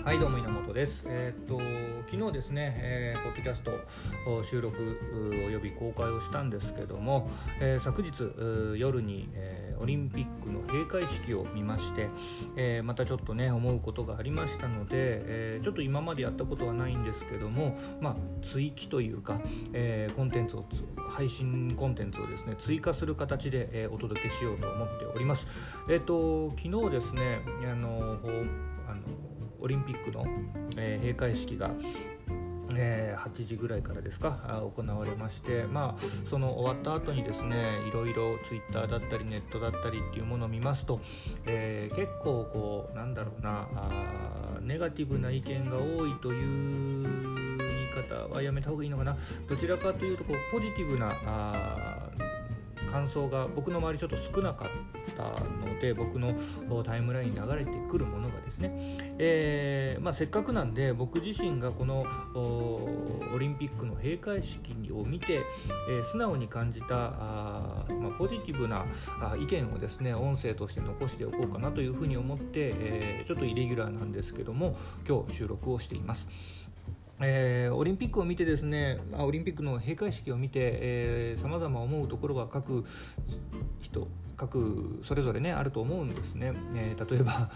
はい、どうも稲本です。昨日ですね、ポッドキャスト収録および公開をしたんですけども、昨日夜に、オリンピックの閉会式を見まして、またちょっとね思うことがありましたので、ちょっと今までやったことはないんですけども、追記というか、コンテンツを配信コンテンツをですね追加する形で、お届けしようと思っております。昨日ですねオリンピックの、閉会式が8時ぐらいからですか行われまして、その終わった後にですねいろいろツイッターだったりネットだったりっていうものを見ますと、結構こうネガティブな意見が多いという言い方はやめた方がいいのかな。どちらかというとこうポジティブな感想が僕の周りちょっと少なかったので、僕のタイムラインに流れてくるものがですね、せっかくなんで僕自身がこのオリンピックの閉会式を見て、素直に感じたポジティブな意見をですね音声として残しておこうかなというふうに思って、ちょっとイレギュラーなんですけども今日収録をしています。オリンピックを見てですね、オリンピックの閉会式を見て様々思うところは各それぞれねあると思うんですね。例えば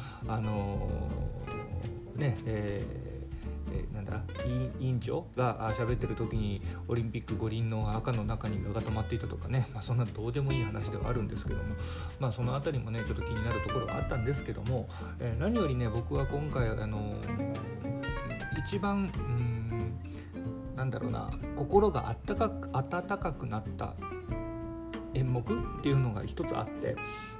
委員長が喋ってる時にオリンピック五輪の赤の中に蛾が止まっていたとかね、そんなどうでもいい話ではあるんですけども、そのあたりもねちょっと気になるところがあったんですけども、何よりね僕は今回一番心が温かくなった演目っていうのが一つあって、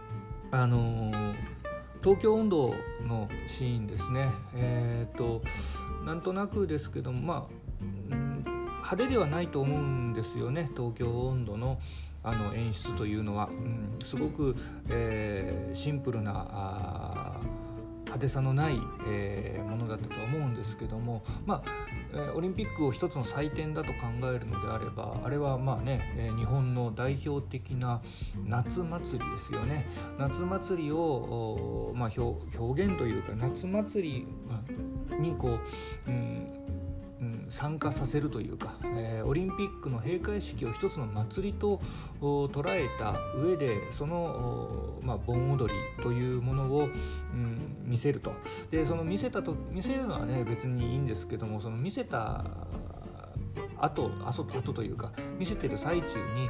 東京音頭のシーンですね。なんとなくですけども、派手ではないと思うんですよね。東京音頭の演出というのは、すごく、シンプルな派手さのない、ものだったと思うんですけども、オリンピックを一つの祭典だと考えるのであれば、あれは日本の代表的な夏祭りですよね。夏祭りを、表現というか夏祭りにこう、参加させるというか、オリンピックの閉会式を一つの祭りと捉えた上でその、盆踊りというものを、見せると。でその見せるのはね別にいいんですけども、その見せた後というか見せてる最中に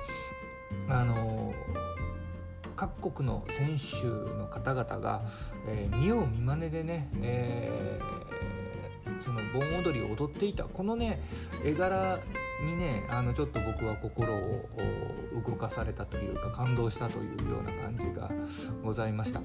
各国の選手の方々が、見よう見まねでね、その盆踊りを踊っていたこのね絵柄にねちょっと僕は心を動かされたというか感動したというような感じがございました。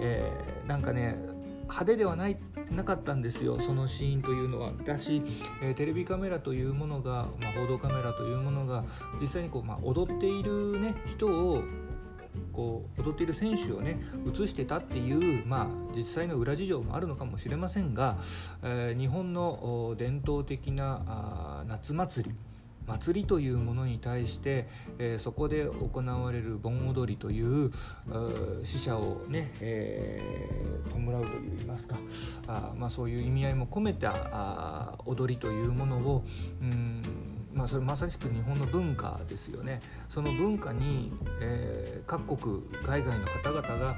派手ではなかったんですよ、そのシーンというのは。だし、テレビカメラというものが、報道カメラというものが実際にこう、踊っている、人を踊っている選手をね映してたっていう、実際の裏事情もあるのかもしれませんが、日本の伝統的な夏祭りというものに対して、そこで行われる盆踊りという死者をね、弔うといいますか、そういう意味合いも込めた踊りというものを、それまさしく日本の文化ですよね。その文化に、各国海外の方々が、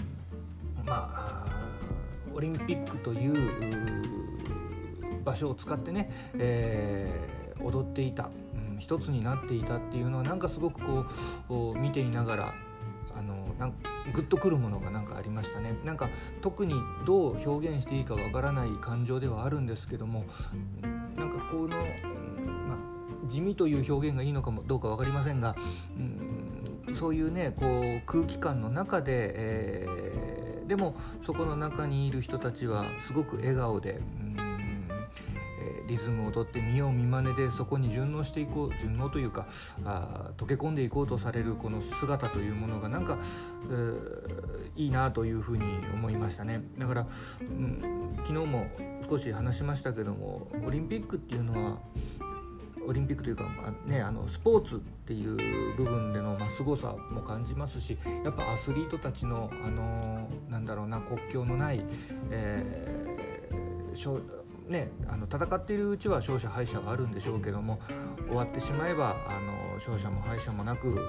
オリンピックという場所を使ってね、踊っていた、一つになっていたっていうのはすごくこう見ていながらグッとくるものがありましたね。特にどう表現していいかわからない感情ではあるんですけども、この地味という表現がいいのかもどうか分かりませんが、そういうねこう空気感の中で、でもそこの中にいる人たちはすごく笑顔で、リズムをとって見よう見まねでそこに順応というか溶け込んでいこうとされるこの姿というものがいいなというふうに思いましたね。だから、昨日も少し話しましたけども、オリンピックっていうのはオリンピックというか、スポーツっていう部分での凄さも感じますし、やっぱアスリートたちの国境のない、 戦っているうちは勝者敗者があるんでしょうけども、終わってしまえば勝者も敗者もなく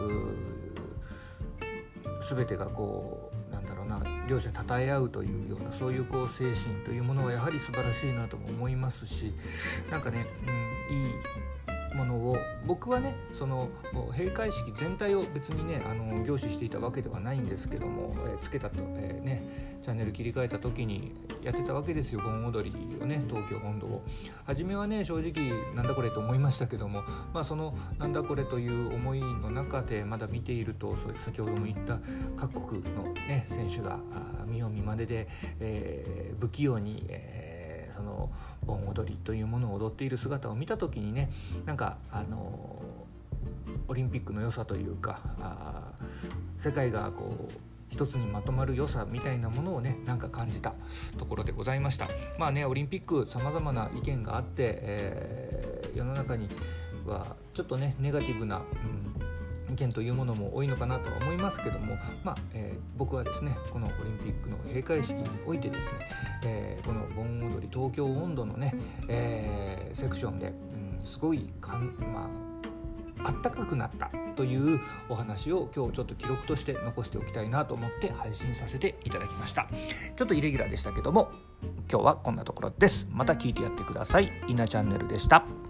全てが両者称え合うというような、そういう精神というものはやはり素晴らしいなとも思いますし、いいものを僕はね、その閉会式全体を別にね凝視していたわけではないんですけども、つけたと、チャンネル切り替えた時にやってたわけですよ、盆踊りをね、東京本土を。初めはね正直なんだこれと思いましたけども、そのなんだこれという思いの中でまだ見ていると、先ほども言った各国のね選手が見よう見まねで、不器用に、その盆踊りというものを踊っている姿を見た時にね、オリンピックの良さというか、世界が一つにまとまる良さみたいなものをね感じたところでございました。オリンピックさまざまな意見があって、世の中にはちょっとねネガティブな、意見というものも多いのかなとは思いますけども、僕はですねこのオリンピックの閉会式においてですね、この盆踊り東京音頭のね、セクションで、すごいあったかくなったというお話を今日ちょっと記録として残しておきたいなと思って配信させていただきました。ちょっとイレギュラーでしたけども、今日はこんなところです。また聞いてやってください。稲チャンネルでした。